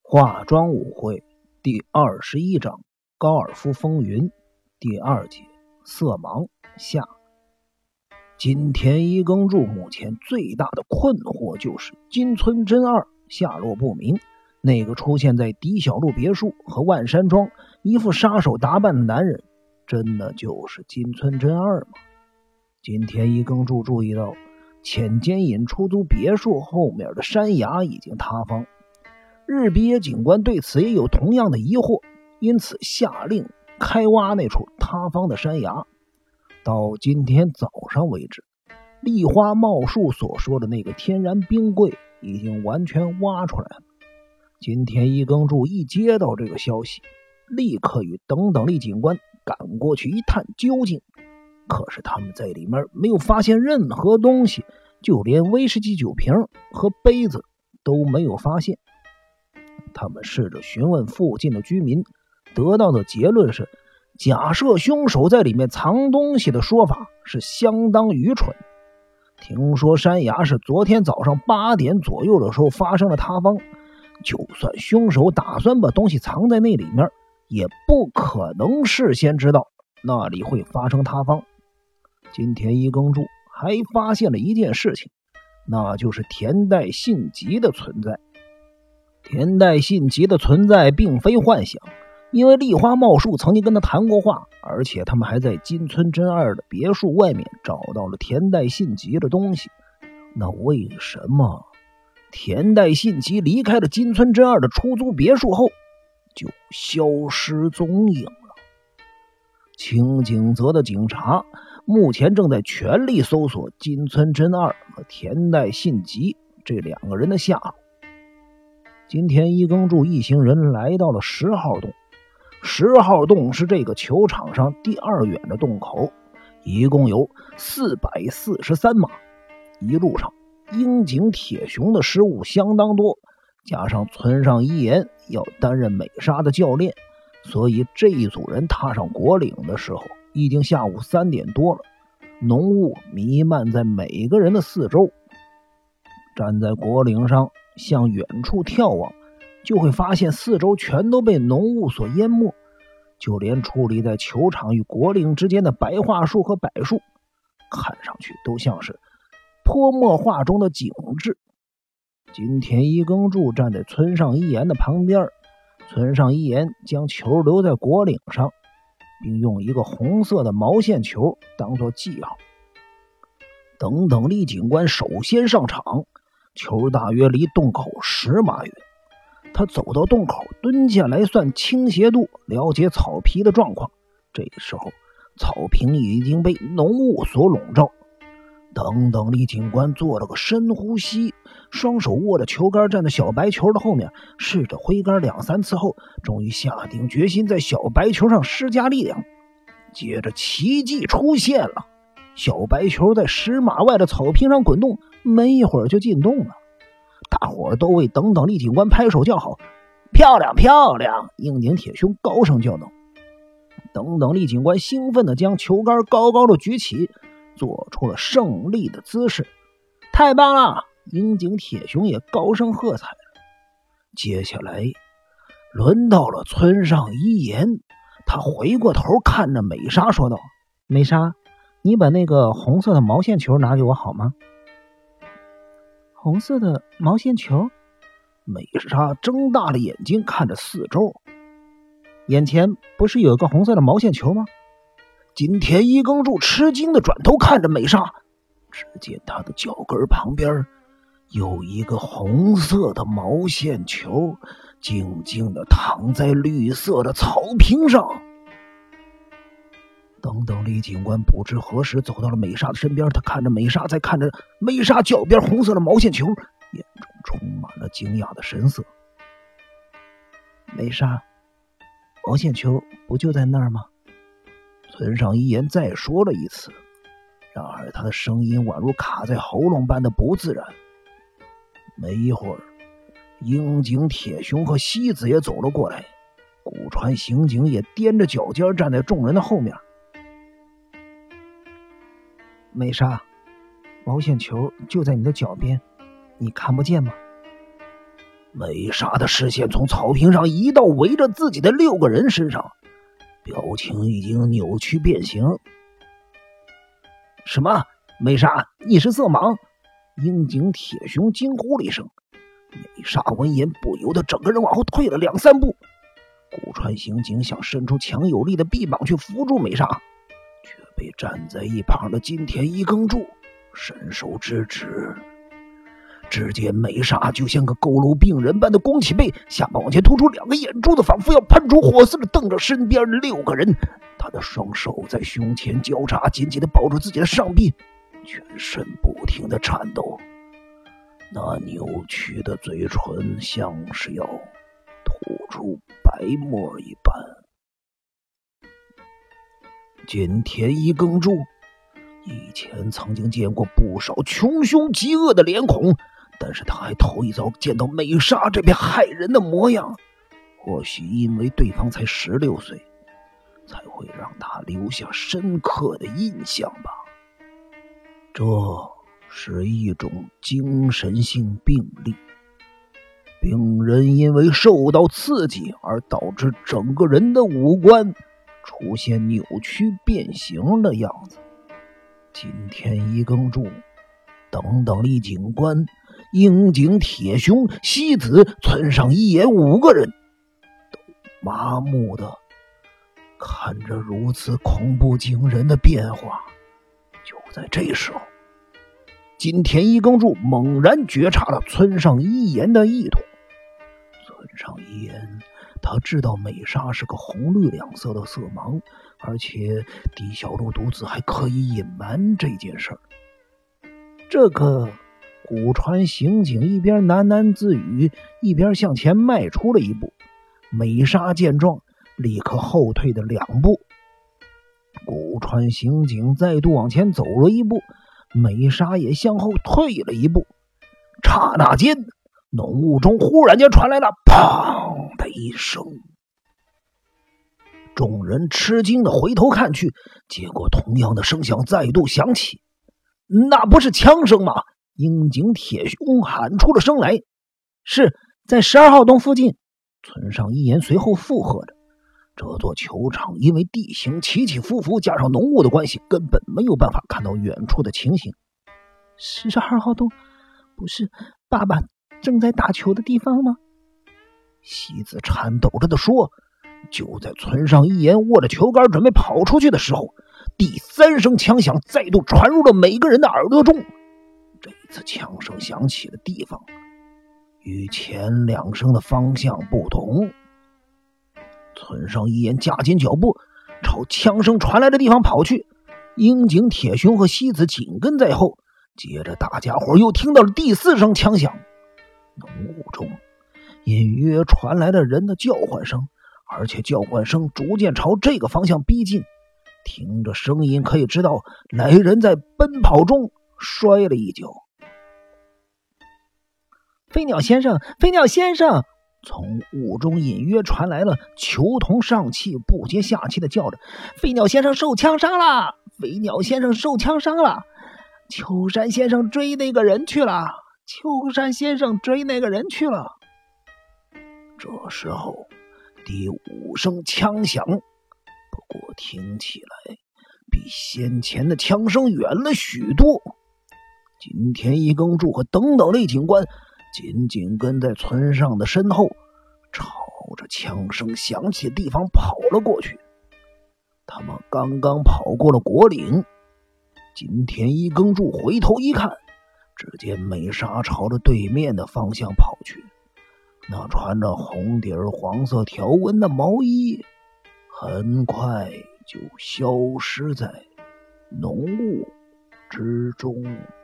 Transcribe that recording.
化妆舞会第21章高尔夫风云第2节色盲下。金田一耕助目前最大的困惑就是金村真二下落不明，那个出现在狄小路别墅和万山庄一副杀手打扮的男人真的就是金村真二吗？金田一耕助注意到浅间隐出租别墅后面的山崖已经塌方，日比野警官对此也有同样的疑惑，因此下令开挖那处塌方的山崖。到今天早上为止，立花茂树所说的那个天然冰柜已经完全挖出来了。金田一耕助一接到这个消息，立刻与等等力警官赶过去一探究竟。可是他们在里面没有发现任何东西，就连威士忌酒瓶和杯子都没有发现。他们试着询问附近的居民，得到的结论是假设凶手在里面藏东西的说法是相当愚蠢。听说山崖是昨天早上8点左右的时候发生了塌方，就算凶手打算把东西藏在那里面，也不可能事先知道那里会发生塌方。金田一耕助还发现了一件事情，那就是田代信吉的存在。田代信吉的存在并非幻想，因为立花茂树曾经跟他谈过话，而且他们还在金村真二的别墅外面找到了田代信吉的东西。那为什么田代信吉离开了金村真二的出租别墅后就消失踪影了？清井泽的警察目前正在全力搜索金村真二和田代信吉这2个人的下落。金田一耕助一行人来到了10号洞。10号洞是这个球场上第2远的洞口，一共有443码。一路上樱井铁雄的失误相当多，加上村上一彦要担任美沙的教练，所以这一组人踏上果岭的时候已经下午3点多了，浓雾弥漫在每个人的四周。站在果岭上向远处眺望，就会发现四周全都被浓雾所淹没，就连矗立在球场与果岭之间的白桦树和柏树，看上去都像是泼墨画中的景致。金田一耕助站在村上一彦的旁边，村上一彦将球留在果岭上，并用一个红色的毛线球当作记号。等等力警官首先上场，球大约离洞口10码远。他走到洞口，蹲下来算倾斜度，了解草皮的状况。这时候草坪已经被浓雾所笼罩。等等力警官做了个深呼吸，双手握着球杆站在小白球的后面，试着挥杆2、3次后，终于下定决心在小白球上施加力量。接着奇迹出现了，小白球在10码外的草坪上滚动，没一会儿就进洞了。大伙儿都为等等力警官拍手叫好，漂亮漂亮！樱井铁雄高声叫道。等等力警官兴奋地将球杆高高的举起，做出了胜利的姿势。太棒了！樱井铁雄也高声喝彩了。接下来轮到了村上一彦，他回过头看着美沙说道：美沙，你把那个红色的毛线球拿给我好吗？红色的毛线球？美沙睁大了眼睛看着四周，眼前不是有个红色的毛线球吗？金田一耕助吃惊的转头看着美沙，只见他的脚跟旁边有一个红色的毛线球，静静地躺在绿色的草坪上。等等力警官不知何时走到了美沙的身边，他看着美沙，再看着美沙脚边红色的毛线球，眼中充满了惊讶的神色。美沙，毛线球不就在那儿吗？村上一彦再说了一次，然而他的声音宛如卡在喉咙般的不自然。没一会儿，樱井铁雄和西子也走了过来，古川刑警也踮着脚尖站在众人的后面。美沙，毛线球就在你的脚边，你看不见吗？ 美莎的视线从草坪上移到围着自己的6个人身上，表情已经扭曲变形。什么？美莎，你是色盲？樱井铁雄惊呼了一声。美莎闻言不由得整个人往后退了2、3步。古川刑警想伸出强有力的臂膀去扶住美莎，却被站在一旁的金田一耕助伸手制止。只见美莎就像个佝偻病人般的弓起背，下巴往前突出2个眼珠子，仿佛要喷出火似的瞪着身边的6个人。他的双手在胸前交叉，紧紧地抱住自己的上臂，全身不停地颤抖。那扭曲的嘴唇像是要吐出白沫一般。金田一耕助以前曾经见过不少穷凶极恶的脸孔，但是他还头一遭见到美莎这片骇人的模样。或许因为对方才16岁，才会让他留下深刻的印象吧。这是一种精神性病例，病人因为受到刺激而导致整个人的五官出现扭曲变形的样子。金田一耕助、等等力警官、樱井铁雄、西子、村上一眼5个人都麻木的看着如此恐怖惊人的变化。就在这时候，金田一耕助猛然觉察了村上一言的意图。村上一言他知道美莎是个红绿2色的色盲，而且狄小路独子还刻意隐瞒这件事儿。这个古川刑警一边喃喃自语，一边向前迈出了一步。美莎见状立刻后退的2步。古川刑警再度往前走了一步，美莎也向后退了一步。刹那间，浓雾中忽然间传来了砰的一声。众人吃惊的回头看去，结果同样的声响再度响起。那不是枪声吗？樱井铁雄喊出了声来。是在12号洞附近。村上一言随后附和着。这座球场因为地形起起伏伏，加上浓雾的关系，根本没有办法看到远处的情形。12号洞不是爸爸正在打球的地方吗？西子颤抖着的说。就在村上一言握着球杆准备跑出去的时候，第3声枪响再度传入了每个人的耳朵中。这次枪声响起的地方与前2声的方向不同。村上一言加紧脚步朝枪声传来的地方跑去，樱井铁雄和西子紧跟在后。接着大家伙又听到了第4声枪响。浓雾中隐约传来了人的叫唤声，而且叫唤声逐渐朝这个方向逼近。听着声音可以知道来人在奔跑中摔了一跤。飞鸟先生，飞鸟先生！从雾中隐约传来了球童上气不接下气的叫着：飞鸟先生受枪伤了！飞鸟先生受枪伤了！秋山先生追那个人去了！秋山先生追那个人去了！这时候第5声枪响，不过听起来比先前的枪声远了许多。金田一耕助和等等类警官紧紧跟在村上的身后，朝着枪声响起的地方跑了过去。他们刚刚跑过了果岭，金田一耕助回头一看，只见美莎朝着对面的方向跑去。那穿着红底黄色条纹的毛衣很快就消失在浓雾之中。